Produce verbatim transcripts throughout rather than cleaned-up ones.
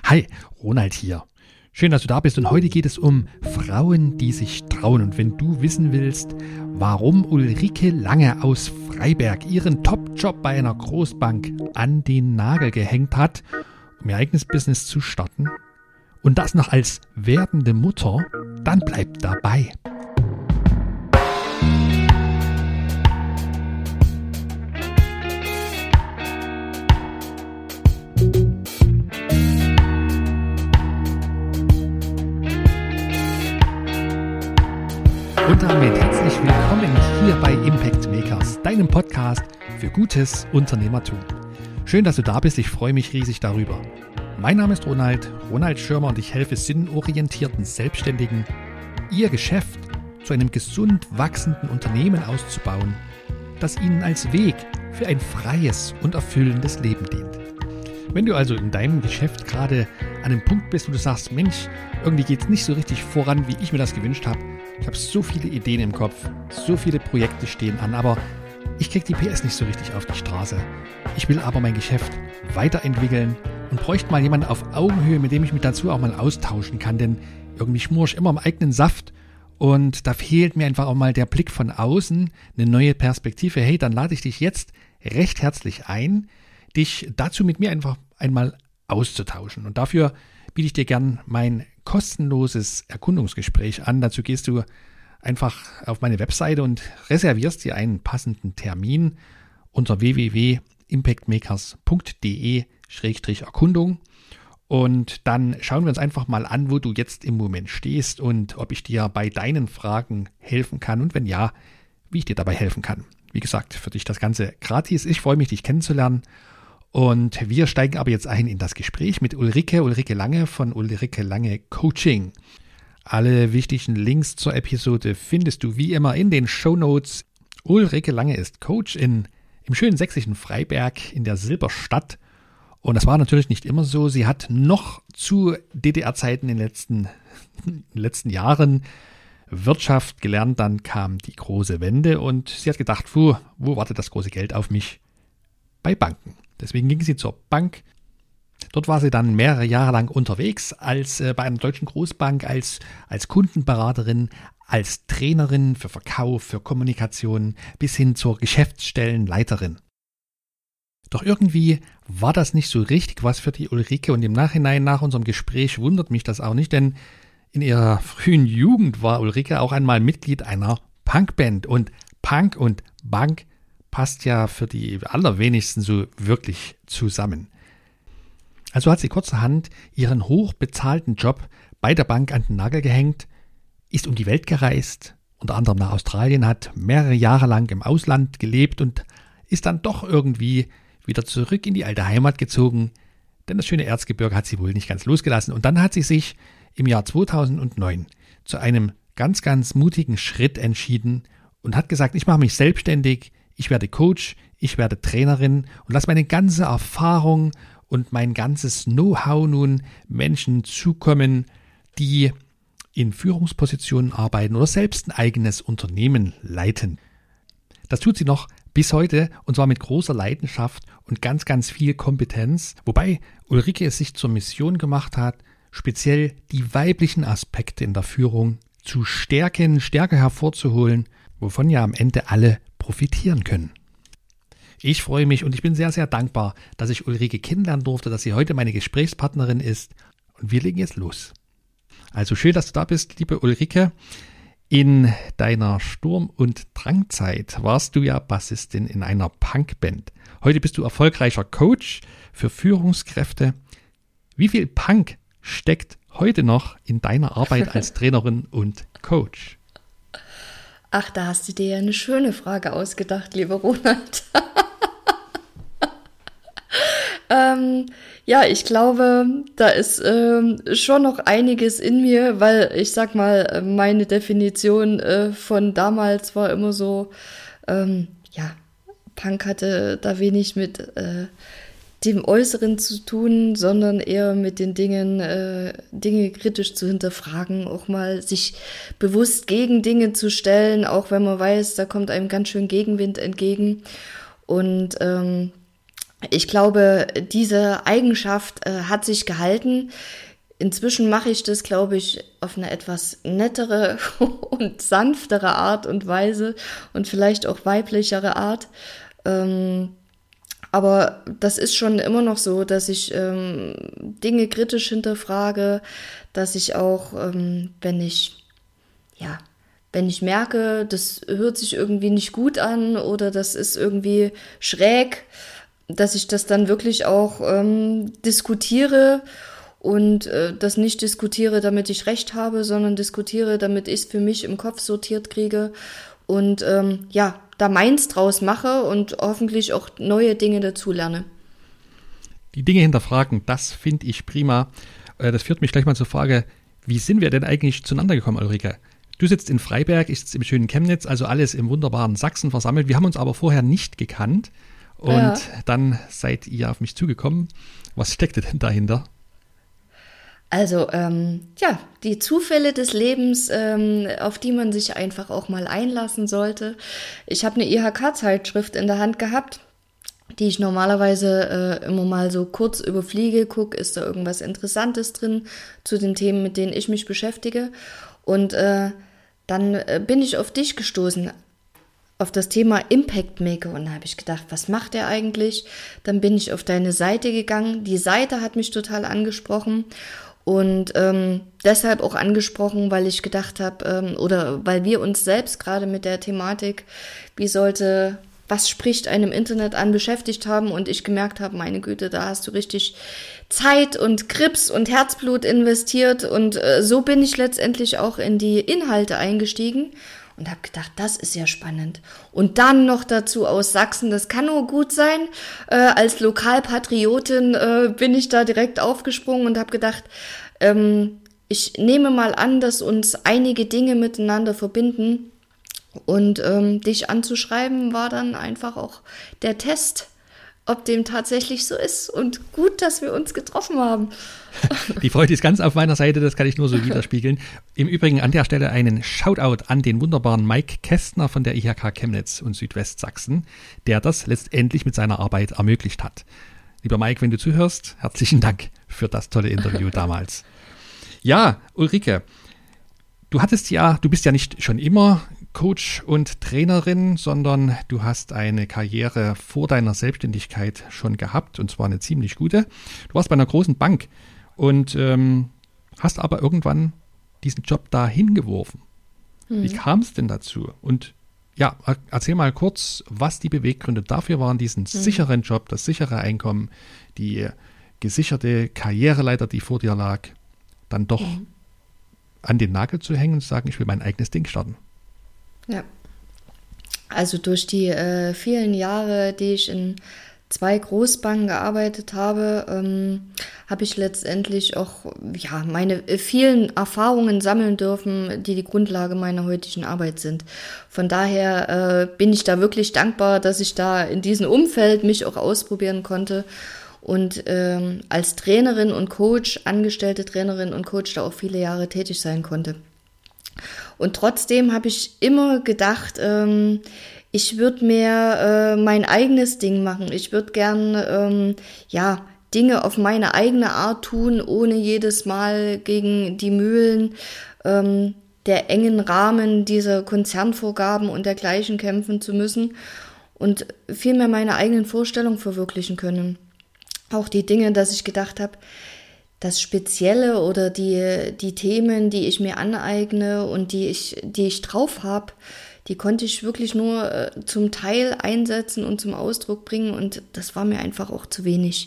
Hi, Ronald hier. Schön, dass du da bist und heute geht es um Frauen, die sich trauen. Und wenn du wissen willst, warum Ulrike Lange aus Freiberg ihren Top-Job bei einer Großbank an den Nagel gehängt hat, um ihr eigenes Business zu starten und das noch als werdende Mutter, dann bleib dabei. Und damit herzlich willkommen hier bei Impact Makers, deinem Podcast für gutes Unternehmertum. Schön, dass du da bist, ich freue mich riesig darüber. Mein Name ist Ronald, Ronald Schirmer und ich helfe sinnorientierten Selbstständigen, ihr Geschäft zu einem gesund wachsenden Unternehmen auszubauen, das ihnen als Weg für ein freies und erfüllendes Leben dient. Wenn du also in deinem Geschäft gerade an einem Punkt bist, wo du sagst, Mensch, irgendwie geht es nicht so richtig voran, wie ich mir das gewünscht habe. Ich habe so viele Ideen im Kopf, so viele Projekte stehen an, aber ich kriege die P S nicht so richtig auf die Straße. Ich will aber mein Geschäft weiterentwickeln und bräuchte mal jemanden auf Augenhöhe, mit dem ich mich dazu auch mal austauschen kann, denn irgendwie schmore ich immer im eigenen Saft und da fehlt mir einfach auch mal der Blick von außen, eine neue Perspektive. Hey, dann lade ich dich jetzt recht herzlich ein, dich dazu mit mir einfach einmal auszutauschen. Und dafür biete ich dir gern mein kostenloses Erkundungsgespräch an. Dazu gehst du einfach auf meine Webseite und reservierst dir einen passenden Termin unter w w w punkt impact makers punkt d e Schrägstrich Erkundung. Und dann schauen wir uns einfach mal an, wo du jetzt im Moment stehst und ob ich dir bei deinen Fragen helfen kann und wenn ja, wie ich dir dabei helfen kann. Wie gesagt, für dich das Ganze gratis. Ich freue mich, dich kennenzulernen. Und wir steigen aber jetzt ein in das Gespräch mit Ulrike, Ulrike Lange von Ulrike Lange Coaching. Alle wichtigen Links zur Episode findest du wie immer in den Shownotes. Ulrike Lange ist Coach in, im schönen sächsischen Freiberg in der Silberstadt. Und das war natürlich nicht immer so. Sie hat noch zu D D R-Zeiten in den letzten, in den letzten Jahren Wirtschaft gelernt. Dann kam die große Wende und sie hat gedacht, wo, wo wartet das große Geld auf mich? Bei Banken. Deswegen ging sie zur Bank. Dort war sie dann mehrere Jahre lang unterwegs, als äh, bei einer deutschen Großbank, als, als Kundenberaterin, als Trainerin für Verkauf, für Kommunikation bis hin zur Geschäftsstellenleiterin. Doch irgendwie war das nicht so richtig was für die Ulrike und im Nachhinein nach unserem Gespräch wundert mich das auch nicht, denn in ihrer frühen Jugend war Ulrike auch einmal Mitglied einer Punkband und Punk und Bank passt ja für die allerwenigsten so wirklich zusammen. Also hat sie kurzerhand ihren hochbezahlten Job bei der Bank an den Nagel gehängt, ist um die Welt gereist, unter anderem nach Australien, hat mehrere Jahre lang im Ausland gelebt und ist dann doch irgendwie wieder zurück in die alte Heimat gezogen, denn das schöne Erzgebirge hat sie wohl nicht ganz losgelassen. Und dann hat sie sich im Jahr zweitausendneun zu einem ganz, ganz mutigen Schritt entschieden und hat gesagt, ich mache mich selbstständig, ich werde Coach, ich werde Trainerin und lasse meine ganze Erfahrung und mein ganzes Know-how nun Menschen zukommen, die in Führungspositionen arbeiten oder selbst ein eigenes Unternehmen leiten. Das tut sie noch bis heute und zwar mit großer Leidenschaft und ganz, ganz viel Kompetenz, wobei Ulrike es sich zur Mission gemacht hat, speziell die weiblichen Aspekte in der Führung zu stärken, stärker hervorzuholen, wovon ja am Ende alle profitieren können. Ich freue mich und ich bin sehr, sehr dankbar, dass ich Ulrike kennenlernen durfte, dass sie heute meine Gesprächspartnerin ist und wir legen jetzt los. Also schön, dass du da bist, liebe Ulrike. In deiner Sturm- und Drangzeit warst du ja Bassistin in einer Punkband. Heute bist du erfolgreicher Coach für Führungskräfte. Wie viel Punk steckt heute noch in deiner Arbeit als Trainerin und Coach? Ach, da hast du dir ja eine schöne Frage ausgedacht, lieber Ronald. ähm, ja, ich glaube, da ist ähm, schon noch einiges in mir, weil ich sag mal, meine Definition äh, von damals war immer so, ähm, ja, Punk hatte da wenig mit äh, dem Äußeren zu tun, sondern eher mit den Dingen, äh, Dinge kritisch zu hinterfragen, auch mal sich bewusst gegen Dinge zu stellen, auch wenn man weiß, da kommt einem ganz schön Gegenwind entgegen. Und ähm, ich glaube, diese Eigenschaft äh, hat sich gehalten. Inzwischen mache ich das, glaube ich, auf eine etwas nettere und sanftere Art und Weise und vielleicht auch weiblichere Art. Ähm, aber das ist schon immer noch so, dass ich ähm, Dinge kritisch hinterfrage, dass ich auch, ähm, wenn ich, ja, wenn ich merke, das hört sich irgendwie nicht gut an oder das ist irgendwie schräg, dass ich das dann wirklich auch ähm, diskutiere und äh, das nicht diskutiere, damit ich recht habe, sondern diskutiere, damit ich es für mich im Kopf sortiert kriege und ähm, ja, da meins draus mache und hoffentlich auch neue Dinge dazulerne. Die Dinge hinterfragen, das finde ich prima. Äh, das führt mich gleich mal zur Frage, wie sind wir denn eigentlich zueinander gekommen, Ulrike? Du sitzt in Freiberg, ich sitze im schönen Chemnitz, also alles im wunderbaren Sachsen versammelt. Wir haben uns aber vorher nicht gekannt und ja. Dann seid ihr auf mich zugekommen. Was steckte denn dahinter? Also, ähm, ja, die Zufälle des Lebens, ähm, auf die man sich einfach auch mal einlassen sollte. Ich habe eine I H K-Zeitschrift in der Hand gehabt, die ich normalerweise äh, immer mal so kurz überfliege, gucke, ist da irgendwas Interessantes drin zu den Themen, mit denen ich mich beschäftige. Und äh, dann äh, bin ich auf dich gestoßen, auf das Thema Impact Maker. Und da habe ich gedacht, was macht der eigentlich? Dann bin ich auf deine Seite gegangen. Die Seite hat mich total angesprochen. Und ähm, deshalb auch angesprochen, weil ich gedacht habe, ähm, oder weil wir uns selbst gerade mit der Thematik, wie sollte, was spricht einem Internet an, beschäftigt haben und ich gemerkt habe, meine Güte, da hast du richtig Zeit und Grips und Herzblut investiert und äh, so bin ich letztendlich auch in die Inhalte eingestiegen und habe gedacht, das ist ja spannend. Und dann noch dazu aus Sachsen, das kann nur gut sein. Äh, als Lokalpatriotin äh, bin ich da direkt aufgesprungen und habe gedacht, ähm, ich nehme mal an, dass uns einige Dinge miteinander verbinden. Und ähm, dich anzuschreiben war dann einfach auch der Test, ob dem tatsächlich so ist. Und gut, dass wir uns getroffen haben. Die Freude ist ganz auf meiner Seite, das kann ich nur so widerspiegeln. Im Übrigen an der Stelle einen Shoutout an den wunderbaren Mike Kästner von der I H K Chemnitz und Südwestsachsen, der das letztendlich mit seiner Arbeit ermöglicht hat. Lieber Mike, wenn du zuhörst, herzlichen Dank für das tolle Interview damals. Ja, Ulrike, du hattest ja, du bist ja nicht schon immer Coach und Trainerin, sondern du hast eine Karriere vor deiner Selbstständigkeit schon gehabt und zwar eine ziemlich gute. Du warst bei einer großen Bank und ähm, hast aber irgendwann diesen Job da hingeworfen. Mhm. Wie kam es denn dazu? Und ja, erzähl mal kurz, was die Beweggründe dafür waren, diesen mhm. sicheren Job, das sichere Einkommen, die gesicherte Karriereleiter, die vor dir lag, dann doch mhm. an den Nagel zu hängen und zu sagen, ich will mein eigenes Ding starten. Ja, also durch die äh, vielen Jahre, die ich in zwei Großbanken gearbeitet habe, ähm, habe ich letztendlich auch ja meine äh, vielen Erfahrungen sammeln dürfen, die die Grundlage meiner heutigen Arbeit sind. Von daher äh, bin ich da wirklich dankbar, dass ich da in diesem Umfeld mich auch ausprobieren konnte und ähm, als Trainerin und Coach, angestellte Trainerin und Coach da auch viele Jahre tätig sein konnte. Und trotzdem habe ich immer gedacht, ähm, ich würde mir äh, mein eigenes Ding machen. Ich würde gern ähm, ja, Dinge auf meine eigene Art tun, ohne jedes Mal gegen die Mühlen ähm, der engen Rahmen dieser Konzernvorgaben und dergleichen kämpfen zu müssen und vielmehr meine eigenen Vorstellungen verwirklichen können. Auch die Dinge, dass ich gedacht habe, das Spezielle oder die, die Themen, die ich mir aneigne und die ich, die ich drauf habe, die konnte ich wirklich nur äh, zum Teil einsetzen und zum Ausdruck bringen und das war mir einfach auch zu wenig.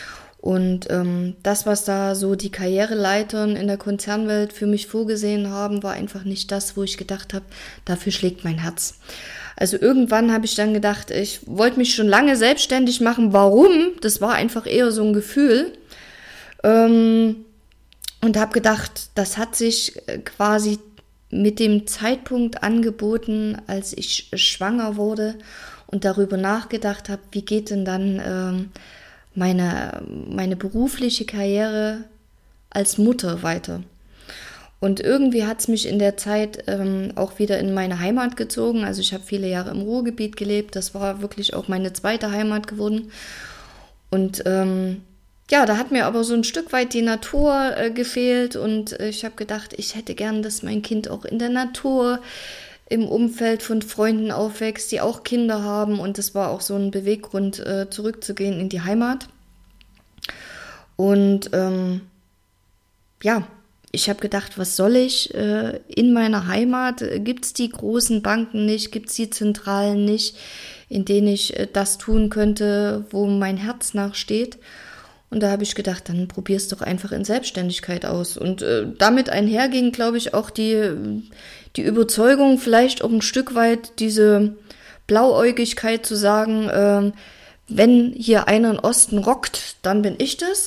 Und ähm, das, was da so die Karriereleitern in der Konzernwelt für mich vorgesehen haben, war einfach nicht das, wo ich gedacht habe, dafür schlägt mein Herz. Also irgendwann habe ich dann gedacht, ich wollte mich schon lange selbstständig machen. Warum? Das war einfach eher so ein Gefühl. Und habe gedacht, das hat sich quasi mit dem Zeitpunkt angeboten, als ich schwanger wurde und darüber nachgedacht habe, wie geht denn dann ähm, meine, meine berufliche Karriere als Mutter weiter. Und irgendwie hat es mich in der Zeit ähm, auch wieder in meine Heimat gezogen. Also ich habe viele Jahre im Ruhrgebiet gelebt, das war wirklich auch meine zweite Heimat geworden. Und ähm, ja, da hat mir aber so ein Stück weit die Natur äh, gefehlt und äh, ich habe gedacht, ich hätte gern, dass mein Kind auch in der Natur im Umfeld von Freunden aufwächst, die auch Kinder haben, und das war auch so ein Beweggrund, äh, zurückzugehen in die Heimat. Und ähm, ja, ich habe gedacht, was soll ich äh, in meiner Heimat? Gibt es die großen Banken nicht? Gibt es die Zentralen nicht, in denen ich äh, das tun könnte, wo mein Herz nachsteht? Und da habe ich gedacht, dann probier's doch einfach in Selbstständigkeit aus. Und äh, damit einherging, glaube ich, auch die, die Überzeugung, vielleicht auch ein Stück weit diese Blauäugigkeit zu sagen, äh, wenn hier einer im Osten rockt, dann bin ich das.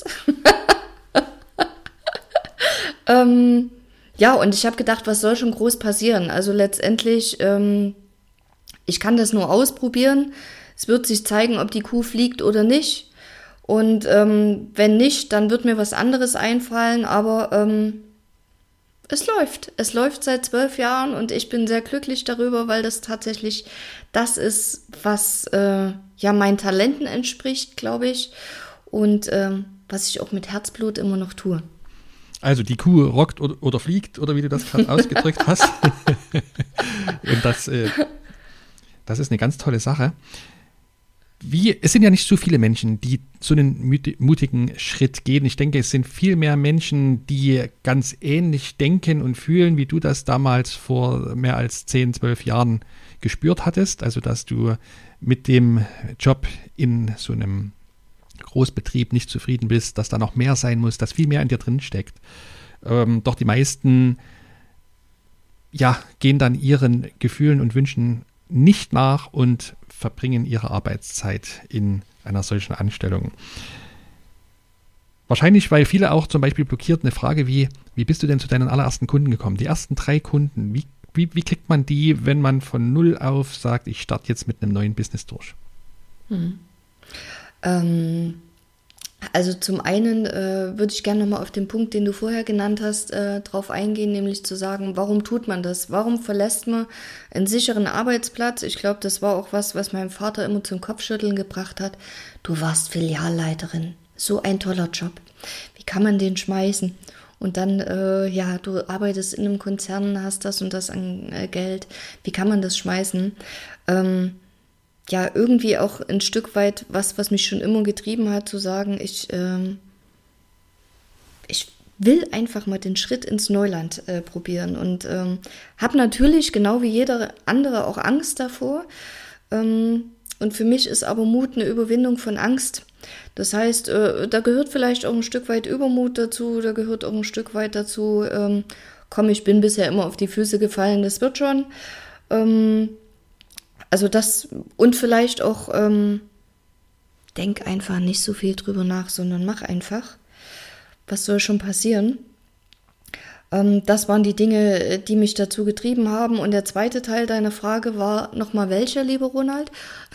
ähm, ja, und ich habe gedacht, was soll schon groß passieren? Also letztendlich, ähm, ich kann das nur ausprobieren. Es wird sich zeigen, ob die Kuh fliegt oder nicht. Und ähm, wenn nicht, dann wird mir was anderes einfallen, aber ähm, es läuft. Es läuft seit zwölf Jahren und ich bin sehr glücklich darüber, weil das tatsächlich das ist, was äh, ja meinen Talenten entspricht, glaube ich, und ähm, was ich auch mit Herzblut immer noch tue. Also die Kuh rockt oder, oder fliegt, oder wie du das gerade ausgedrückt hast. Und das, äh, das ist eine ganz tolle Sache. Wie, es sind ja nicht so viele Menschen, die so einen mutigen Schritt gehen. Ich denke, es sind viel mehr Menschen, die ganz ähnlich denken und fühlen, wie du das damals vor mehr als zehn, zwölf Jahren gespürt hattest. Also, dass du mit dem Job in so einem Großbetrieb nicht zufrieden bist, dass da noch mehr sein muss, dass viel mehr in dir drin steckt. Ähm, doch die meisten, ja, gehen dann ihren Gefühlen und Wünschen nicht nach und verbringen ihre Arbeitszeit in einer solchen Anstellung. Wahrscheinlich, weil viele auch zum Beispiel blockiert eine Frage wie, wie bist du denn zu deinen allerersten Kunden gekommen? Die ersten drei Kunden, wie, wie, wie kriegt man die, wenn man von null auf sagt, ich starte jetzt mit einem neuen Business durch? Hm. Ähm, also zum einen äh, würde ich gerne nochmal auf den Punkt, den du vorher genannt hast, äh, drauf eingehen, nämlich zu sagen, warum tut man das? Warum verlässt man einen sicheren Arbeitsplatz? Ich glaube, das war auch was, was meinem Vater immer zum Kopfschütteln gebracht hat. Du warst Filialleiterin, so ein toller Job. Wie kann man den schmeißen? Und dann, äh, ja, du arbeitest in einem Konzern, hast das und das an äh, Geld. Wie kann man das schmeißen? Ähm, ja, irgendwie auch ein Stück weit was, was mich schon immer getrieben hat, zu sagen, ich, ähm, ich will einfach mal den Schritt ins Neuland äh, probieren und ähm, habe natürlich, genau wie jeder andere, auch Angst davor. Ähm, und für mich ist aber Mut eine Überwindung von Angst. Das heißt, äh, da gehört vielleicht auch ein Stück weit Übermut dazu, da gehört auch ein Stück weit dazu, ähm, komm, ich bin bisher immer auf die Füße gefallen, das wird schon. Ähm, Also das, und vielleicht auch, ähm, denk einfach nicht so viel drüber nach, sondern mach einfach. Was soll schon passieren? Ähm, das waren die Dinge, die mich dazu getrieben haben. Und der zweite Teil deiner Frage war nochmal welcher, lieber Ronald?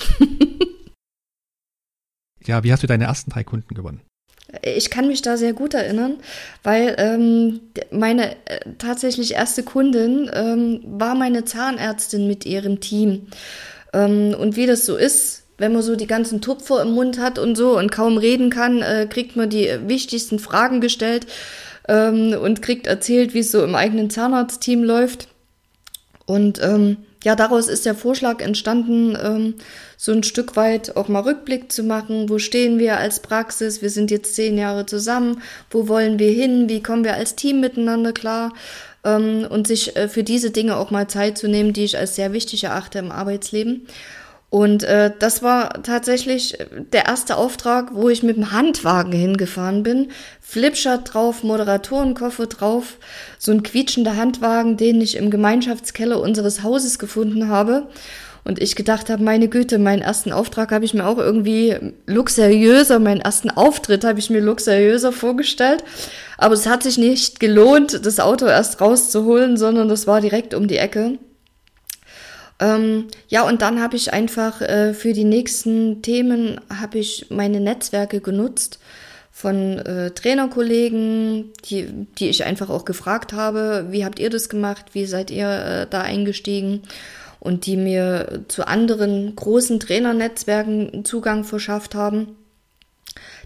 Ja, wie hast du deine ersten drei Kunden gewonnen? Ich kann mich da sehr gut erinnern, weil ähm, meine äh, tatsächlich erste Kundin ähm, war meine Zahnärztin mit ihrem Team. Ähm, und wie das so ist, wenn man so die ganzen Tupfer im Mund hat und so und kaum reden kann, äh, kriegt man die wichtigsten Fragen gestellt ähm, und kriegt erzählt, wie es so im eigenen Zahnarztteam läuft. Und ähm, ja, daraus ist der Vorschlag entstanden, ähm, so ein Stück weit auch mal Rückblick zu machen. Wo stehen wir als Praxis? Wir sind jetzt zehn Jahre zusammen. Wo wollen wir hin? Wie kommen wir als Team miteinander klar? Ähm, und sich äh, für diese Dinge auch mal Zeit zu nehmen, die ich als sehr wichtig erachte im Arbeitsleben. Und äh, das war tatsächlich der erste Auftrag, wo ich mit dem Handwagen hingefahren bin. Flipchart drauf, Moderatorenkoffer drauf, so ein quietschender Handwagen, den ich im Gemeinschaftskeller unseres Hauses gefunden habe. Und ich gedacht habe, meine Güte, meinen ersten Auftrag habe ich mir auch irgendwie luxuriöser, meinen ersten Auftritt habe ich mir luxuriöser vorgestellt. Aber es hat sich nicht gelohnt, das Auto erst rauszuholen, sondern das war direkt um die Ecke. Ähm, ja, und dann habe ich einfach äh, für die nächsten Themen habe ich meine Netzwerke genutzt von äh, Trainerkollegen, die, die ich einfach auch gefragt habe, wie habt ihr das gemacht, wie seid ihr äh, da eingestiegen, und die mir zu anderen großen Trainernetzwerken Zugang verschafft haben.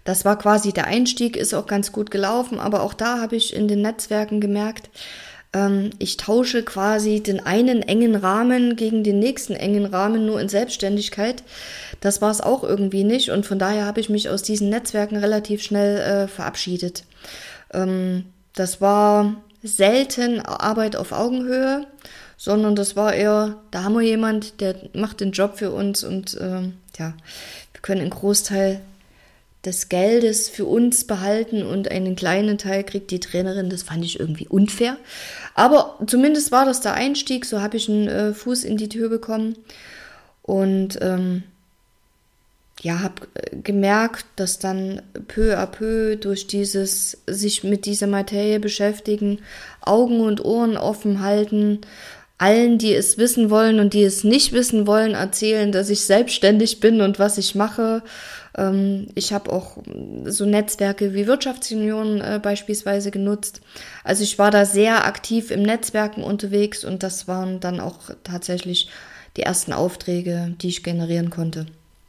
das war quasi der Einstieg, ist auch ganz gut gelaufen, aber auch da habe ich in den Netzwerken gemerkt, ähm, ich tausche quasi den einen engen Rahmen gegen den nächsten engen Rahmen nur in Selbstständigkeit. Das war es auch irgendwie nicht und von daher habe ich mich aus diesen Netzwerken relativ schnell äh, verabschiedet. Ähm, das war selten Arbeit auf Augenhöhe, sondern das war eher, da haben wir jemand, der macht den Job für uns und ähm, ja, wir können einen Großteil des Geldes für uns behalten und einen kleinen Teil kriegt die Trainerin. Das fand ich irgendwie unfair. Aber zumindest war das der Einstieg, so habe ich einen äh, Fuß in die Tür bekommen und ähm, ja, habe gemerkt, dass dann peu à peu durch dieses sich mit dieser Materie beschäftigen, Augen und Ohren offen halten, allen, die es wissen wollen und die es nicht wissen wollen, erzählen, dass ich selbstständig bin und was ich mache. Ähm, ich habe auch so Netzwerke wie Wirtschaftsunion äh, beispielsweise genutzt. Also ich war da sehr aktiv im Netzwerken unterwegs und das waren dann auch tatsächlich die ersten Aufträge, die ich generieren konnte.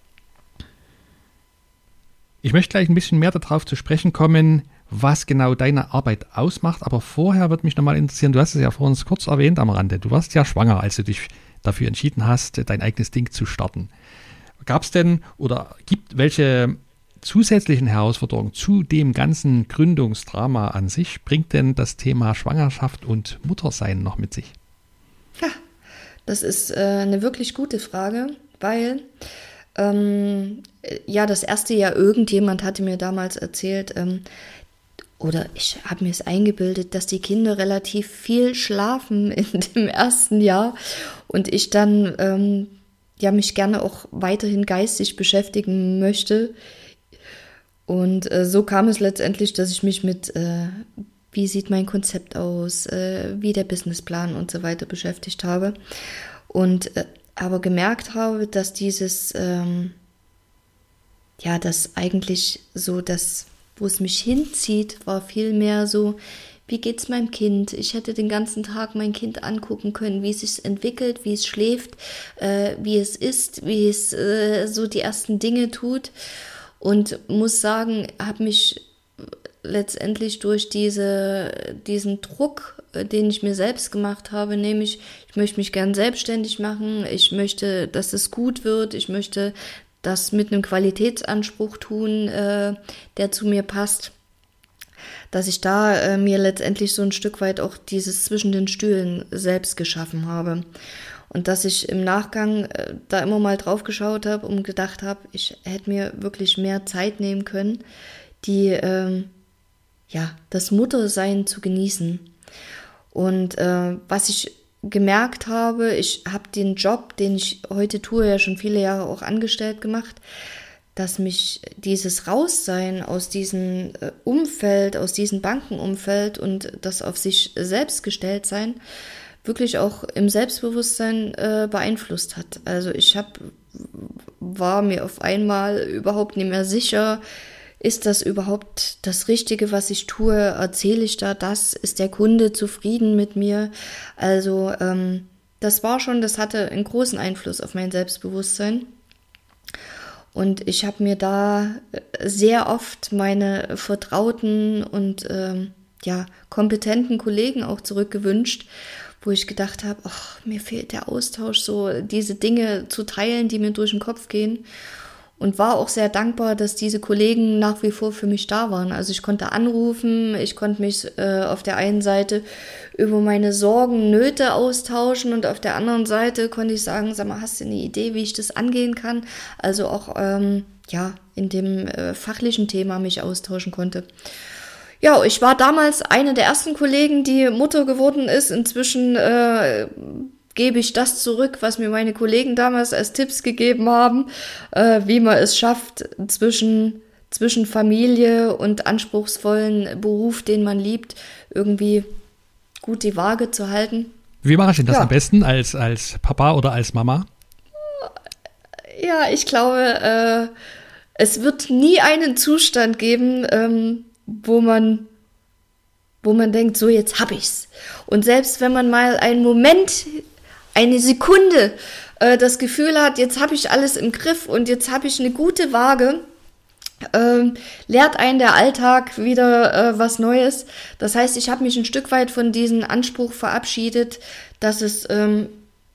Ich möchte gleich ein bisschen mehr darauf zu sprechen kommen, was genau deine Arbeit ausmacht. Aber vorher würde mich nochmal interessieren, du hast es ja vorhin kurz erwähnt am Rande, du warst ja schwanger, als du dich dafür entschieden hast, dein eigenes Ding zu starten. Gab es denn oder gibt welche zusätzlichen Herausforderungen zu dem ganzen Gründungsdrama an sich, bringt denn das Thema Schwangerschaft und Muttersein noch mit sich? Ja, das ist äh, eine wirklich gute Frage, weil Ähm, ja, das erste Jahr, irgendjemand hatte mir damals erzählt, ähm, oder ich habe mir es eingebildet, dass die Kinder relativ viel schlafen in dem ersten Jahr und ich dann ähm, ja mich gerne auch weiterhin geistig beschäftigen möchte. Und äh, so kam es letztendlich, dass ich mich mit, äh, wie sieht mein Konzept aus, äh, wie der Businessplan und so weiter beschäftigt habe. Und äh, aber gemerkt habe, dass dieses, ähm, ja, das eigentlich so das, wo es mich hinzieht, war viel mehr so, wie geht's meinem Kind? Ich hätte den ganzen Tag mein Kind angucken können, wie es sich entwickelt, wie es schläft, äh, wie es isst, wie es äh, so die ersten Dinge tut und muss sagen, habe mich letztendlich durch diese, diesen Druck, den ich mir selbst gemacht habe, nämlich ich möchte mich gern selbstständig machen, ich möchte, dass es gut wird, ich möchte das mit einem Qualitätsanspruch tun, äh, der zu mir passt, dass ich da äh, mir letztendlich so ein Stück weit auch dieses zwischen den Stühlen selbst geschaffen habe. Und dass ich im Nachgang äh, da immer mal drauf geschaut habe und gedacht habe, ich hätte mir wirklich mehr Zeit nehmen können, die ähm, ja, das Muttersein zu genießen. Und äh, was ich gemerkt habe, ich habe den Job, den ich heute tue, ja schon viele Jahre auch angestellt gemacht, dass mich dieses Raussein aus diesem äh, Umfeld, aus diesem Bankenumfeld und das auf sich selbst gestellt sein, wirklich auch im Selbstbewusstsein äh, beeinflusst hat. Also ich hab, war mir auf einmal überhaupt nicht mehr sicher, ist das überhaupt das Richtige, was ich tue? Erzähle ich da das? Ist der Kunde zufrieden mit mir? Also ähm, das war schon, das hatte einen großen Einfluss auf mein Selbstbewusstsein. Und ich habe mir da sehr oft meine vertrauten und ähm, ja, kompetenten Kollegen auch zurückgewünscht, wo ich gedacht habe, ach, mir fehlt der Austausch, so diese Dinge zu teilen, die mir durch den Kopf gehen. Und war auch sehr dankbar, dass diese Kollegen nach wie vor für mich da waren. Also ich konnte anrufen, ich konnte mich äh, auf der einen Seite über meine Sorgen, Nöte austauschen und auf der anderen Seite konnte ich sagen, sag mal, hast du eine Idee, wie ich das angehen kann? Also auch ähm, ja in dem äh, fachlichen Thema mich austauschen konnte. Ja, ich war damals eine der ersten Kollegen, die Mutter geworden ist. Inzwischen äh, gebe ich das zurück, was mir meine Kollegen damals als Tipps gegeben haben, äh, wie man es schafft, zwischen, zwischen Familie und anspruchsvollen Beruf, den man liebt, irgendwie gut die Waage zu halten. Wie mache ich denn das ja. am besten, als, als Papa oder als Mama? Ja, ich glaube, äh, es wird nie einen Zustand geben, ähm, wo man wo man denkt, so jetzt hab ich's. Und selbst wenn man mal einen Moment, eine Sekunde äh, das Gefühl hat, jetzt habe ich alles im Griff und jetzt habe ich eine gute Waage, ähm, lehrt einen der Alltag wieder äh, was Neues. Das heißt, ich habe mich ein Stück weit von diesem Anspruch verabschiedet, dass es, ähm,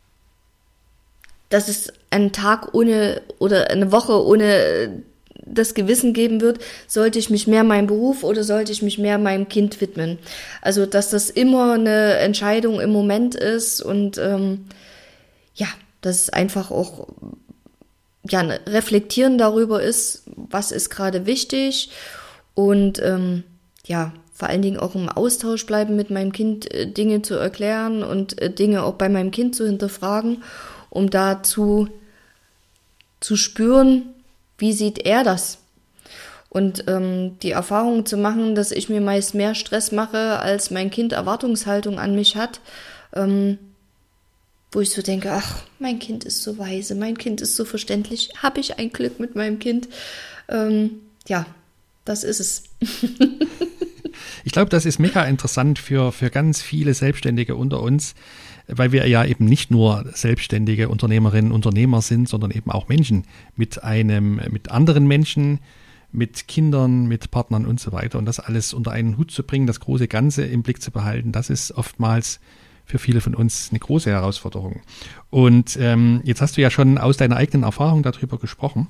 dass es einen Tag ohne oder eine Woche ohne das Gewissen geben wird, sollte ich mich mehr meinem Beruf oder sollte ich mich mehr meinem Kind widmen. Also, dass das immer eine Entscheidung im Moment ist und ähm, ja, dass es einfach auch ja, ein Reflektieren darüber ist, was ist gerade wichtig und ähm, ja, vor allen Dingen auch im Austausch bleiben mit meinem Kind, äh, Dinge zu erklären und äh, Dinge auch bei meinem Kind zu hinterfragen, um dazu zu spüren, wie sieht er das? Und ähm, die Erfahrung zu machen, dass ich mir meist mehr Stress mache, als mein Kind Erwartungshaltung an mich hat, ähm, wo ich so denke, ach, mein Kind ist so weise, mein Kind ist so verständlich, habe ich ein Glück mit meinem Kind. Ähm, ja, das ist es. Ich glaube, das ist mega interessant für, für ganz viele Selbstständige unter uns, weil wir ja eben nicht nur selbstständige Unternehmerinnen, Unternehmer sind, sondern eben auch Menschen mit einem, mit anderen Menschen, mit Kindern, mit Partnern und so weiter. Und das alles unter einen Hut zu bringen, das große Ganze im Blick zu behalten, das ist oftmals für viele von uns eine große Herausforderung. Und ähm, jetzt hast du ja schon aus deiner eigenen Erfahrung darüber gesprochen.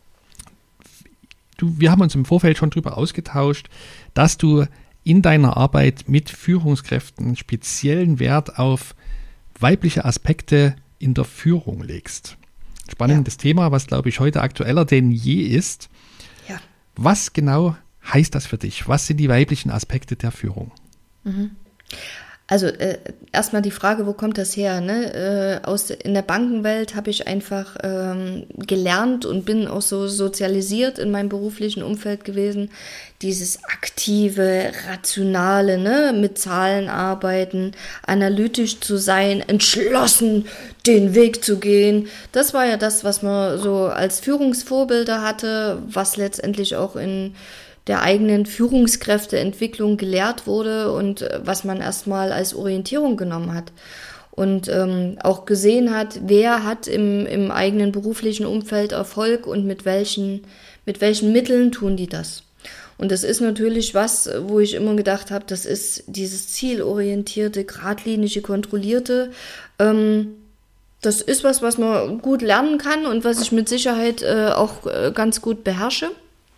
Du, wir haben uns im Vorfeld schon darüber ausgetauscht, dass du in deiner Arbeit mit Führungskräften speziellen Wert auf weibliche Aspekte in der Führung legst. Spannendes ja. Thema, was, glaube ich, heute aktueller denn je ist. Ja. Was genau heißt das für dich? Was sind die weiblichen Aspekte der Führung? Mhm. Also äh, erstmal die Frage, wo kommt das her? Ne? Äh, aus, in der Bankenwelt habe ich einfach ähm, gelernt und bin auch so sozialisiert in meinem beruflichen Umfeld gewesen, dieses aktive, rationale, ne? Mit Zahlen arbeiten, analytisch zu sein, entschlossen den Weg zu gehen. Das war ja das, was man so als Führungsvorbilder hatte, was letztendlich auch in der eigenen Führungskräfteentwicklung gelehrt wurde und äh, was man erstmal als Orientierung genommen hat. Und ähm, auch gesehen hat, wer hat im, im eigenen beruflichen Umfeld Erfolg und mit welchen, mit welchen Mitteln tun die das. Und das ist natürlich was, wo ich immer gedacht habe, das ist dieses zielorientierte, geradlinige, kontrollierte, ähm, das ist was, was man gut lernen kann und was ich mit Sicherheit äh, auch äh, ganz gut beherrsche.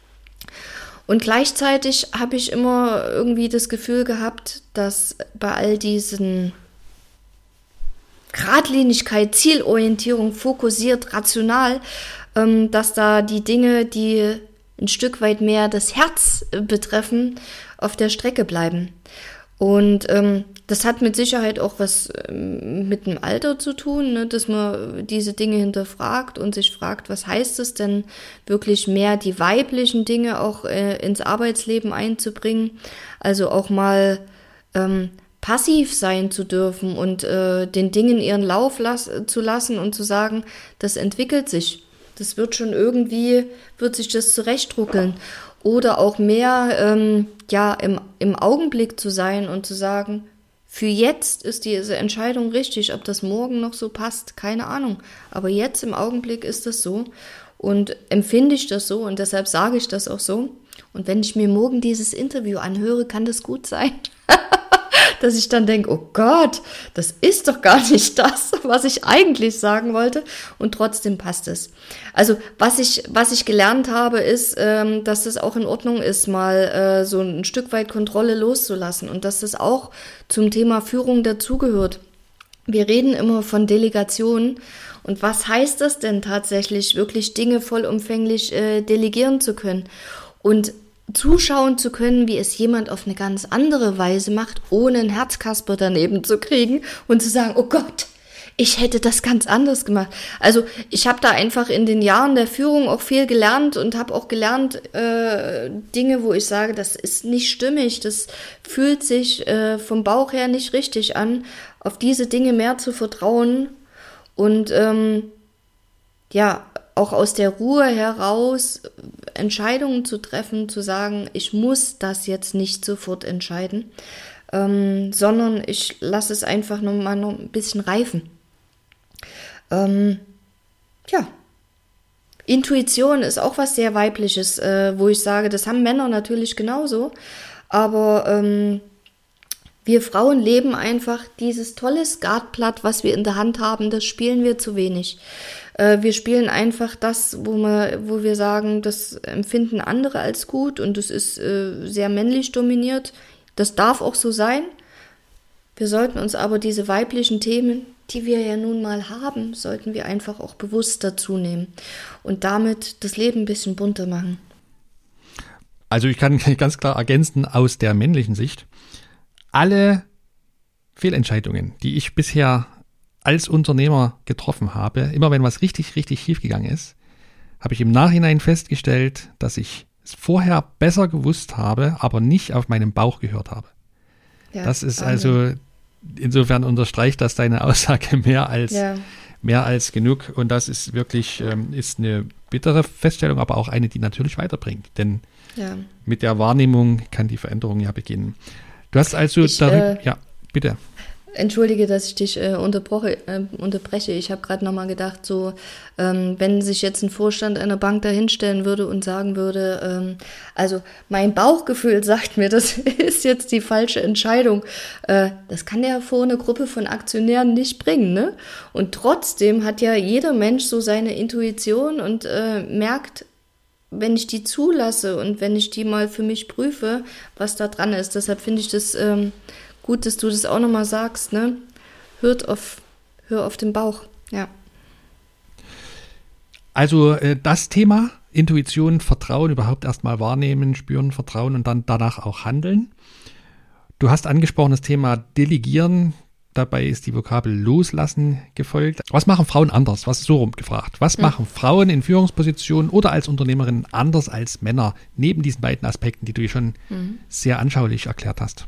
Und gleichzeitig habe ich immer irgendwie das Gefühl gehabt, dass bei all diesen Geradlinigkeit, Zielorientierung, fokussiert, rational, ähm, dass da die Dinge, die ein Stück weit mehr das Herz betreffen, auf der Strecke bleiben. Und ähm, das hat mit Sicherheit auch was ähm, mit dem Alter zu tun, ne, dass man diese Dinge hinterfragt und sich fragt, was heißt es denn, wirklich mehr die weiblichen Dinge auch äh, ins Arbeitsleben einzubringen, also auch mal ähm, passiv sein zu dürfen und äh, den Dingen ihren Lauf las- zu lassen und zu sagen, das entwickelt sich, das wird schon irgendwie, wird sich das zurechtruckeln. Oder auch mehr ähm, ja, im, im Augenblick zu sein und zu sagen, für jetzt ist diese Entscheidung richtig, ob das morgen noch so passt, keine Ahnung. Aber jetzt im Augenblick ist das so und empfinde ich das so und deshalb sage ich das auch so. Und wenn ich mir morgen dieses Interview anhöre, kann das gut sein, dass ich dann denke, oh Gott, das ist doch gar nicht das, was ich eigentlich sagen wollte und trotzdem passt es. Also was ich was ich gelernt habe, ist, ähm, dass das auch in Ordnung ist, mal äh, so ein Stück weit Kontrolle loszulassen und dass das auch zum Thema Führung dazugehört. Wir reden immer von Delegation und was heißt das denn tatsächlich, wirklich Dinge vollumfänglich äh, delegieren zu können und zuschauen zu können, wie es jemand auf eine ganz andere Weise macht, ohne ein Herzkasper daneben zu kriegen und zu sagen, oh Gott, ich hätte das ganz anders gemacht. Also ich habe da einfach in den Jahren der Führung auch viel gelernt und habe auch gelernt äh, Dinge, wo ich sage, das ist nicht stimmig, das fühlt sich äh, vom Bauch her nicht richtig an, auf diese Dinge mehr zu vertrauen und ähm, ja, auch aus der Ruhe heraus Entscheidungen zu treffen, zu sagen, ich muss das jetzt nicht sofort entscheiden, ähm, sondern ich lasse es einfach noch mal noch ein bisschen reifen. Ähm, ja, Intuition ist auch was sehr Weibliches, äh, wo ich sage, das haben Männer natürlich genauso, aber ähm, wir Frauen leben einfach dieses tolle Skatblatt, was wir in der Hand haben, das spielen wir zu wenig. Äh, wir spielen einfach das, wo wir, wo wir sagen, das empfinden andere als gut und das ist äh, sehr männlich dominiert. Das darf auch so sein. Wir sollten uns aber diese weiblichen Themen, die wir ja nun mal haben, sollten wir einfach auch bewusst dazu nehmen und damit das Leben ein bisschen bunter machen. Also ich kann ganz klar ergänzen aus der männlichen Sicht, alle Fehlentscheidungen, die ich bisher als Unternehmer getroffen habe, immer wenn was richtig, richtig schief gegangen ist, habe ich im Nachhinein festgestellt, dass ich es vorher besser gewusst habe, aber nicht auf meinen Bauch gehört habe. Ja, das ist also, insofern unterstreicht das deine Aussage mehr als, ja. mehr als genug. Und das ist wirklich, ähm, ist eine bittere Feststellung, aber auch eine, die natürlich weiterbringt. Denn ja. mit der Wahrnehmung kann die Veränderung ja beginnen. Du hast also ich, darüber, äh, ja, bitte. Entschuldige, dass ich dich äh, unterbroche, äh, unterbreche. Ich habe gerade nochmal gedacht, so, ähm, wenn sich jetzt ein Vorstand einer Bank dahinstellen würde und sagen würde, ähm, also mein Bauchgefühl sagt mir, das ist jetzt die falsche Entscheidung. Äh, das kann der vor eine Gruppe von Aktionären nicht bringen, ne? Und trotzdem hat ja jeder Mensch so seine Intuition und äh, merkt, wenn ich die zulasse und wenn ich die mal für mich prüfe, was da dran ist. Deshalb finde ich das ähm, gut, dass du das auch nochmal sagst, ne? Hört auf, hör auf den Bauch, ja. Also äh, das Thema Intuition, Vertrauen, überhaupt erstmal wahrnehmen, spüren, vertrauen und dann danach auch handeln. Du hast angesprochen das Thema Delegieren. Dabei ist die Vokabel Loslassen gefolgt. Was machen Frauen anders? Was ist so rum gefragt? Was mhm. machen Frauen in Führungspositionen oder als Unternehmerinnen anders als Männer? Neben diesen beiden Aspekten, die du schon mhm. sehr anschaulich erklärt hast.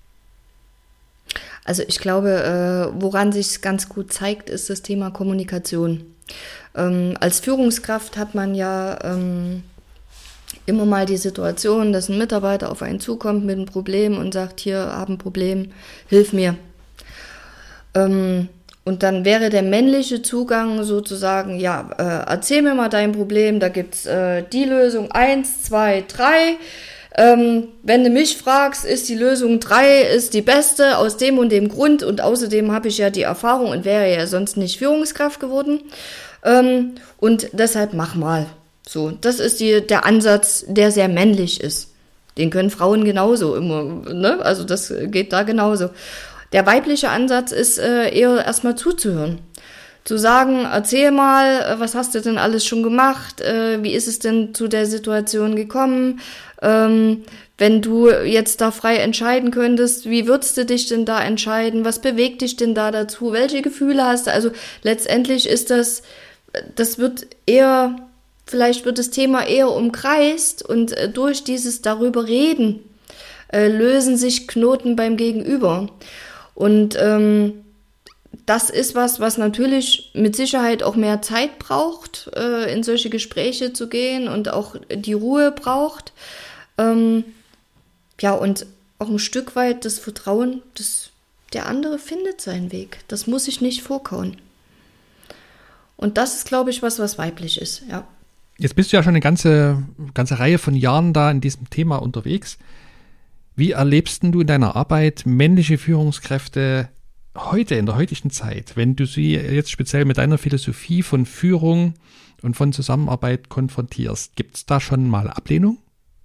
Also ich glaube, äh, woran sich es ganz gut zeigt, ist das Thema Kommunikation. Ähm, als Führungskraft hat man ja ähm, immer mal die Situation, dass ein Mitarbeiter auf einen zukommt mit einem Problem und sagt, hier, habe ein Problem, hilf mir. Ähm, und dann wäre der männliche Zugang sozusagen, ja, äh, erzähl mir mal dein Problem, da gibt's äh, die Lösung eins, zwei, drei. Ähm, wenn du mich fragst, ist die Lösung drei ist die beste aus dem und dem Grund und außerdem habe ich ja die Erfahrung und wäre ja sonst nicht Führungskraft geworden. Ähm, und deshalb mach mal. So, das ist die, der Ansatz, der sehr männlich ist. Den können Frauen genauso immer, ne? Also das geht da genauso. Der weibliche Ansatz ist äh, eher erstmal zuzuhören. Zu sagen, erzähl mal, was hast du denn alles schon gemacht? Äh, wie ist es denn zu der Situation gekommen? Ähm, wenn du jetzt da frei entscheiden könntest, wie würdest du dich denn da entscheiden? Was bewegt dich denn da dazu? Welche Gefühle hast du? Also letztendlich ist das, das wird eher, vielleicht wird das Thema eher umkreist und äh, durch dieses darüber reden äh, lösen sich Knoten beim Gegenüber. Und ähm, das ist was, was natürlich mit Sicherheit auch mehr Zeit braucht, äh, in solche Gespräche zu gehen und auch die Ruhe braucht. Ähm, ja, und auch ein Stück weit das Vertrauen, dass der andere findet seinen Weg. Das muss ich nicht vorkauen. Und das ist, glaube ich, was, was weiblich ist, ja. Jetzt bist du ja schon eine ganze, ganze Reihe von Jahren da in diesem Thema unterwegs. Wie erlebst du in deiner Arbeit männliche Führungskräfte heute, in der heutigen Zeit, wenn du sie jetzt speziell mit deiner Philosophie von Führung und von Zusammenarbeit konfrontierst? Gibt es da schon mal Ablehnung?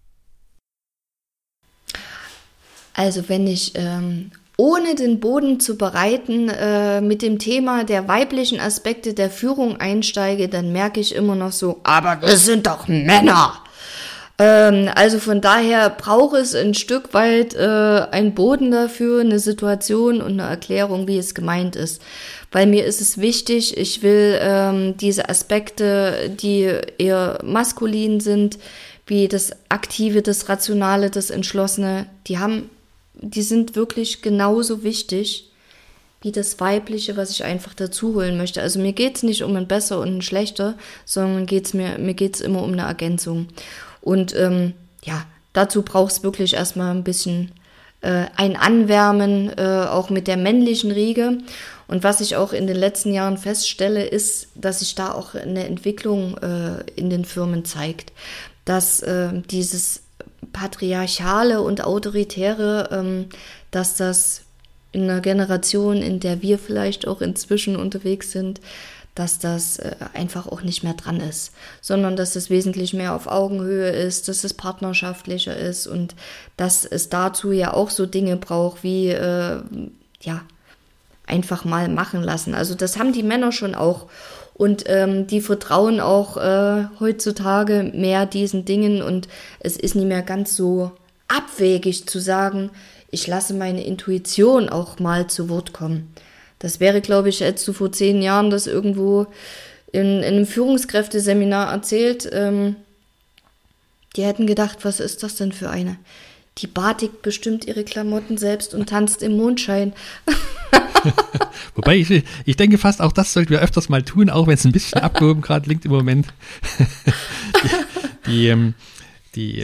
Also wenn ich, ähm, ohne den Boden zu bereiten, äh, mit dem Thema der weiblichen Aspekte der Führung einsteige, dann merke ich immer noch so, aber wir sind doch Männer. Also von daher braucht es ein Stück weit äh, einen Boden dafür, eine Situation und eine Erklärung, wie es gemeint ist. Weil mir ist es wichtig, ich will ähm, diese Aspekte, die eher maskulin sind, wie das Aktive, das Rationale, das Entschlossene, die haben, die sind wirklich genauso wichtig wie das Weibliche, was ich einfach dazu holen möchte. Also mir geht's nicht um ein Besser und ein Schlechter, sondern geht's mir, mir geht's immer um eine Ergänzung. Und ähm, ja, dazu braucht es wirklich erstmal ein bisschen äh, ein Anwärmen, äh, auch mit der männlichen Riege. Und was ich auch in den letzten Jahren feststelle, ist, dass sich da auch eine Entwicklung äh, in den Firmen zeigt, dass äh, dieses Patriarchale und Autoritäre, ähm, dass das in einer Generation, in der wir vielleicht auch inzwischen unterwegs sind, dass das äh, einfach auch nicht mehr dran ist, sondern dass es wesentlich mehr auf Augenhöhe ist, dass es partnerschaftlicher ist und dass es dazu ja auch so Dinge braucht wie, äh, ja, einfach mal machen lassen. Also das haben die Männer schon auch und ähm, die vertrauen auch äh, heutzutage mehr diesen Dingen und es ist nicht mehr ganz so abwegig zu sagen, ich lasse meine Intuition auch mal zu Wort kommen. Das wäre, glaube ich, hättest du vor zehn Jahren das irgendwo in, in einem Führungskräfteseminar erzählt. Ähm, die hätten gedacht, was ist das denn für eine? Die batigt bestimmt ihre Klamotten selbst und tanzt im Mondschein. Wobei ich, ich denke fast, auch das sollten wir öfters mal tun, auch wenn es ein bisschen abgehoben gerade liegt im Moment. die, die, die,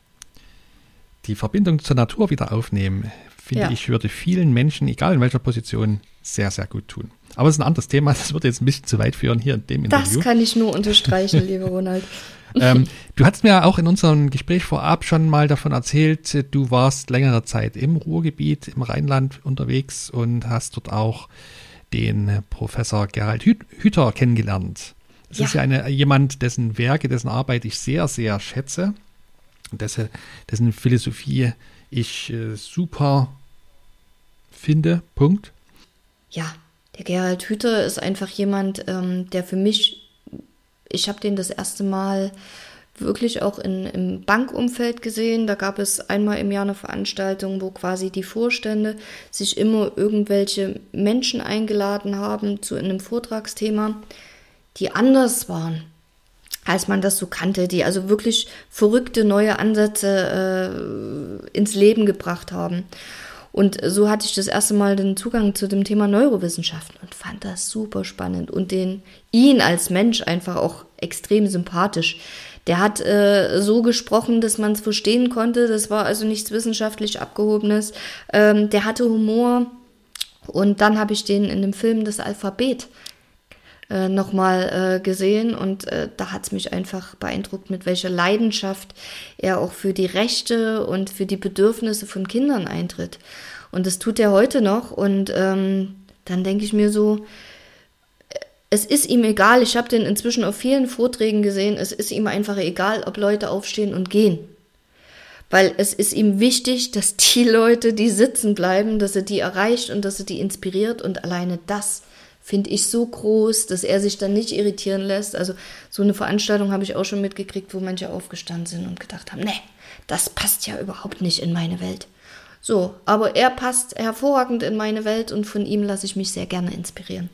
die Verbindung zur Natur wieder aufnehmen, finde ja. ich, würde vielen Menschen, egal in welcher Position, sehr, sehr gut tun. Aber es ist ein anderes Thema, das würde jetzt ein bisschen zu weit führen hier in dem Interview. Das kann ich nur unterstreichen, lieber Ronald. ähm, du hast mir auch in unserem Gespräch vorab schon mal davon erzählt, du warst längere Zeit im Ruhrgebiet, im Rheinland unterwegs und hast dort auch den Professor Gerald Hü- Hüther kennengelernt. Das ja. ist ja eine, jemand, dessen Werke, dessen Arbeit ich sehr, sehr schätze und dessen, dessen Philosophie ich äh, super finde. Punkt. Ja, der Gerald Hüther ist einfach jemand, ähm, der für mich, ich habe den das erste Mal wirklich auch in, im Bankumfeld gesehen. Da gab es einmal im Jahr eine Veranstaltung, wo quasi die Vorstände sich immer irgendwelche Menschen eingeladen haben zu einem Vortragsthema, die anders waren, als man das so kannte, die also wirklich verrückte neue Ansätze äh, ins Leben gebracht haben. Und so hatte ich das erste Mal den Zugang zu dem Thema Neurowissenschaften und fand das super spannend und den ihn als Mensch einfach auch extrem sympathisch. Der hat äh, so gesprochen, dass man es verstehen konnte. Das war also nichts wissenschaftlich Abgehobenes. Ähm, der hatte Humor. Und dann habe ich den in dem Film Das Alphabet äh, nochmal äh, gesehen. Und äh, da hat es mich einfach beeindruckt, mit welcher Leidenschaft er auch für die Rechte und für die Bedürfnisse von Kindern eintritt. Und das tut er heute noch. Und ähm, dann denke ich mir so, es ist ihm egal, ich habe den inzwischen auf vielen Vorträgen gesehen, es ist ihm einfach egal, ob Leute aufstehen und gehen. Weil es ist ihm wichtig, dass die Leute, die sitzen bleiben, dass er die erreicht und dass er die inspiriert. Und alleine das finde ich so groß, dass er sich dann nicht irritieren lässt. Also so eine Veranstaltung habe ich auch schon mitgekriegt, wo manche aufgestanden sind und gedacht haben, nee, das passt ja überhaupt nicht in meine Welt. So, aber er passt hervorragend in meine Welt und von ihm lasse ich mich sehr gerne inspirieren.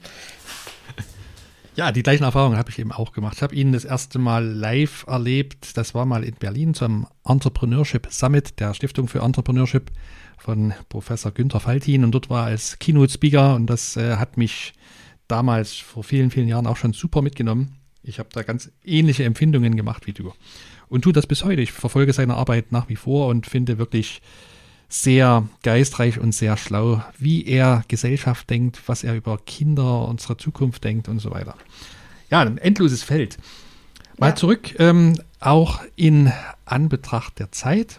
Ja, die gleichen Erfahrungen habe ich eben auch gemacht. Ich habe ihn das erste Mal live erlebt. Das war mal in Berlin zum Entrepreneurship Summit der Stiftung für Entrepreneurship von Professor Günther Faltin. Und dort war er als Keynote-Speaker und das äh, hat mich damals vor vielen, vielen Jahren auch schon super mitgenommen. Ich habe da ganz ähnliche Empfindungen gemacht wie du. Und tue das bis heute. Ich verfolge seine Arbeit nach wie vor und finde wirklich sehr geistreich und sehr schlau, wie er Gesellschaft denkt, was er über Kinder, unsere Zukunft denkt und so weiter. Ja, ein endloses Feld. Mal ja. zurück, ähm, auch in Anbetracht der Zeit.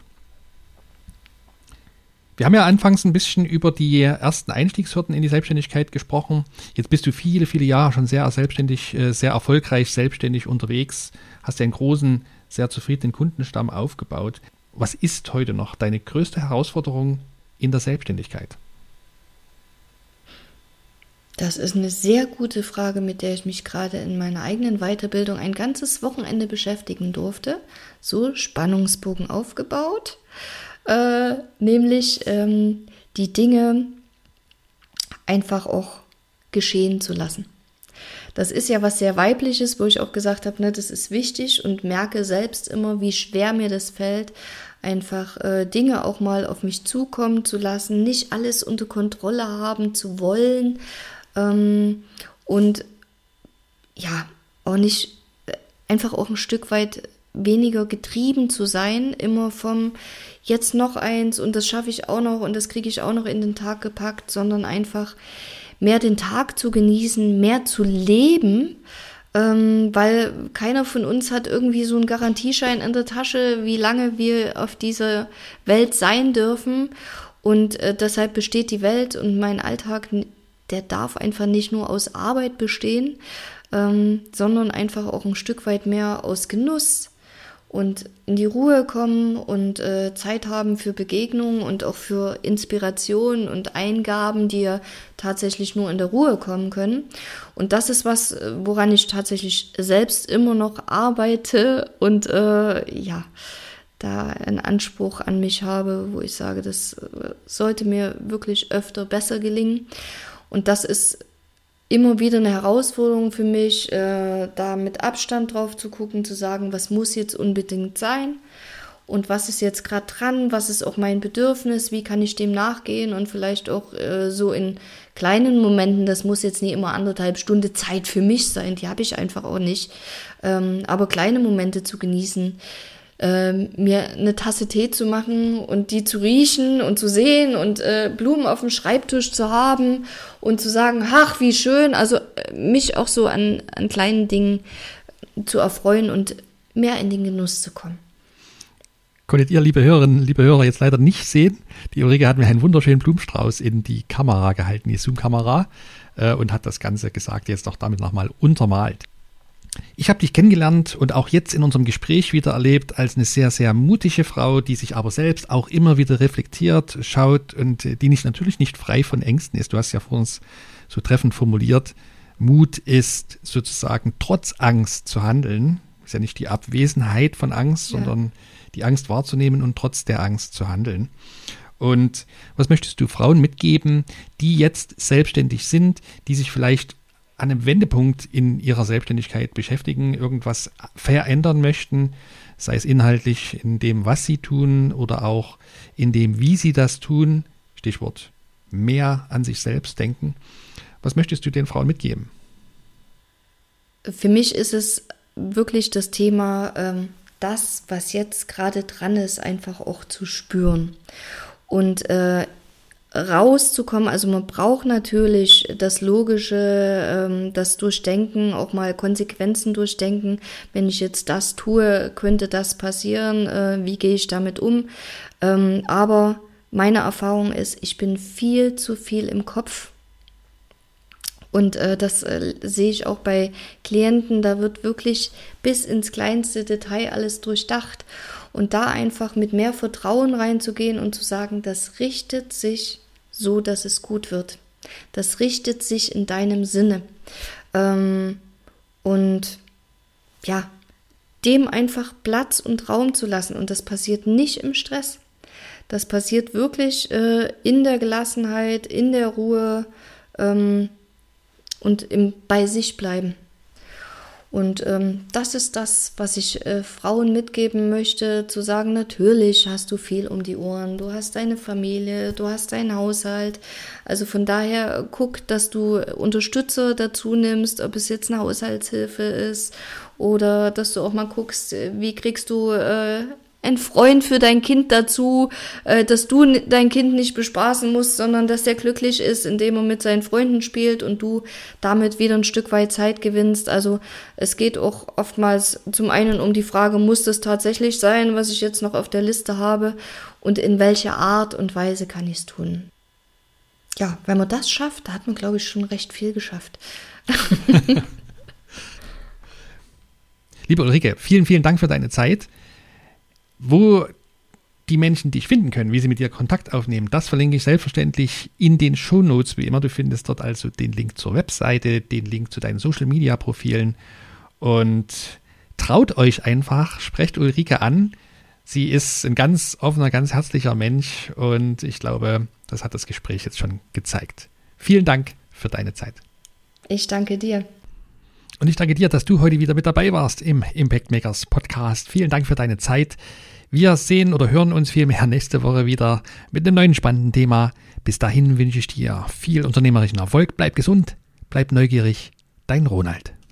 Wir haben ja anfangs ein bisschen über die ersten Einstiegshürden in die Selbstständigkeit gesprochen. Jetzt bist du viele, viele Jahre schon sehr selbstständig, sehr erfolgreich selbstständig unterwegs, hast ja einen großen, sehr zufriedenen Kundenstamm aufgebaut. Was ist heute noch deine größte Herausforderung in der Selbstständigkeit? Das ist eine sehr gute Frage, mit der ich mich gerade in meiner eigenen Weiterbildung ein ganzes Wochenende beschäftigen durfte. So, Spannungsbogen aufgebaut. Äh, nämlich ähm, die Dinge einfach auch geschehen zu lassen. Das ist ja was sehr Weibliches, wo ich auch gesagt habe, ne, das ist wichtig und merke selbst immer, wie schwer mir das fällt, einfach äh, Dinge auch mal auf mich zukommen zu lassen, nicht alles unter Kontrolle haben zu wollen ähm, und ja, auch nicht, einfach auch ein Stück weit weniger getrieben zu sein, immer vom jetzt noch eins und das schaffe ich auch noch und das kriege ich auch noch in den Tag gepackt, sondern einfach mehr den Tag zu genießen, mehr zu leben, ähm, weil keiner von uns hat irgendwie so einen Garantieschein in der Tasche, wie lange wir auf dieser Welt sein dürfen. Und äh, deshalb besteht die Welt und mein Alltag, der darf einfach nicht nur aus Arbeit bestehen, ähm, sondern einfach auch ein Stück weit mehr aus Genuss und in die Ruhe kommen und äh, Zeit haben für Begegnungen und auch für Inspiration und Eingaben, die ja tatsächlich nur in der Ruhe kommen können. Und das ist was, woran ich tatsächlich selbst immer noch arbeite und äh, ja, da einen Anspruch an mich habe, wo ich sage, das sollte mir wirklich öfter besser gelingen. Und das ist immer wieder eine Herausforderung für mich, äh, da mit Abstand drauf zu gucken, zu sagen, was muss jetzt unbedingt sein und was ist jetzt gerade dran, was ist auch mein Bedürfnis, wie kann ich dem nachgehen und vielleicht auch äh, so in kleinen Momenten, das muss jetzt nie immer anderthalb Stunden Zeit für mich sein, die habe ich einfach auch nicht, ähm, aber kleine Momente zu genießen, Ähm, mir eine Tasse Tee zu machen und die zu riechen und zu sehen und äh, Blumen auf dem Schreibtisch zu haben und zu sagen, ach, wie schön, also äh, mich auch so an, an kleinen Dingen zu erfreuen und mehr in den Genuss zu kommen. Konntet ihr, liebe Hörerinnen, liebe Hörer, jetzt leider nicht sehen. Die Ulrike hat mir einen wunderschönen Blumenstrauß in die Kamera gehalten, die Zoom-Kamera, äh, und hat das Ganze gesagt, jetzt auch damit nochmal untermalt. Ich habe dich kennengelernt und auch jetzt in unserem Gespräch wieder erlebt als eine sehr, sehr mutige Frau, die sich aber selbst auch immer wieder reflektiert, schaut und die nicht natürlich nicht frei von Ängsten ist. Du hast ja vor uns so treffend formuliert, Mut ist sozusagen trotz Angst zu handeln. Ist ja nicht die Abwesenheit von Angst, ja, sondern die Angst wahrzunehmen und trotz der Angst zu handeln. Und was möchtest du Frauen mitgeben, die jetzt selbstständig sind, die sich vielleicht an einem Wendepunkt in ihrer Selbstständigkeit beschäftigen, irgendwas verändern möchten, sei es inhaltlich in dem, was sie tun oder auch in dem, wie sie das tun, Stichwort mehr an sich selbst denken. Was möchtest du den Frauen mitgeben? Für mich ist es wirklich das Thema, ähm, das, was jetzt gerade dran ist, einfach auch zu spüren und äh, rauszukommen. Also man braucht natürlich das Logische, das Durchdenken, auch mal Konsequenzen durchdenken. Wenn ich jetzt das tue, könnte das passieren. Wie gehe ich damit um? Aber meine Erfahrung ist, ich bin viel zu viel im Kopf. Und das sehe ich auch bei Klienten, da wird wirklich bis ins kleinste Detail alles durchdacht. Und da einfach mit mehr Vertrauen reinzugehen und zu sagen, das richtet sich so, dass es gut wird. Das richtet sich in deinem Sinne. Ähm, und ja, dem einfach Platz und Raum zu lassen. Und das passiert nicht im Stress. Das passiert wirklich äh, in der Gelassenheit, in der Ruhe ähm, und im bei sich bleiben. Und ähm, das ist das, was ich äh, Frauen mitgeben möchte, zu sagen, natürlich hast du viel um die Ohren, du hast deine Familie, du hast deinen Haushalt. Also von daher guck, dass du Unterstützer dazu nimmst, ob es jetzt eine Haushaltshilfe ist oder dass du auch mal guckst, wie kriegst du äh, einen Freund für dein Kind dazu, äh, dass du dein Kind nicht bespaßen musst, sondern dass der glücklich ist, indem er mit seinen Freunden spielt und du damit wieder ein Stück weit Zeit gewinnst. Also es geht auch oftmals zum einen um die Frage, muss das tatsächlich sein, was ich jetzt noch auf der Liste habe und in welcher Art und Weise kann ich es tun. Ja, wenn man das schafft, da hat man, glaube ich, schon recht viel geschafft. Liebe Ulrike, vielen, vielen Dank für deine Zeit. Wo die Menschen dich finden können, wie sie mit dir Kontakt aufnehmen, das verlinke ich selbstverständlich in den Shownotes, wie immer. Du findest dort also den Link zur Webseite, den Link zu deinen Social-Media-Profilen und traut euch einfach, sprecht Ulrike an. Sie ist ein ganz offener, ganz herzlicher Mensch und ich glaube, das hat das Gespräch jetzt schon gezeigt. Vielen Dank für deine Zeit. Ich danke dir. Und ich danke dir, dass du heute wieder mit dabei warst im Impact Makers Podcast. Vielen Dank für deine Zeit. Wir sehen oder hören uns vielmehr nächste Woche wieder mit einem neuen spannenden Thema. Bis dahin wünsche ich dir viel unternehmerischen Erfolg. Bleib gesund, bleib neugierig. Dein Ronald.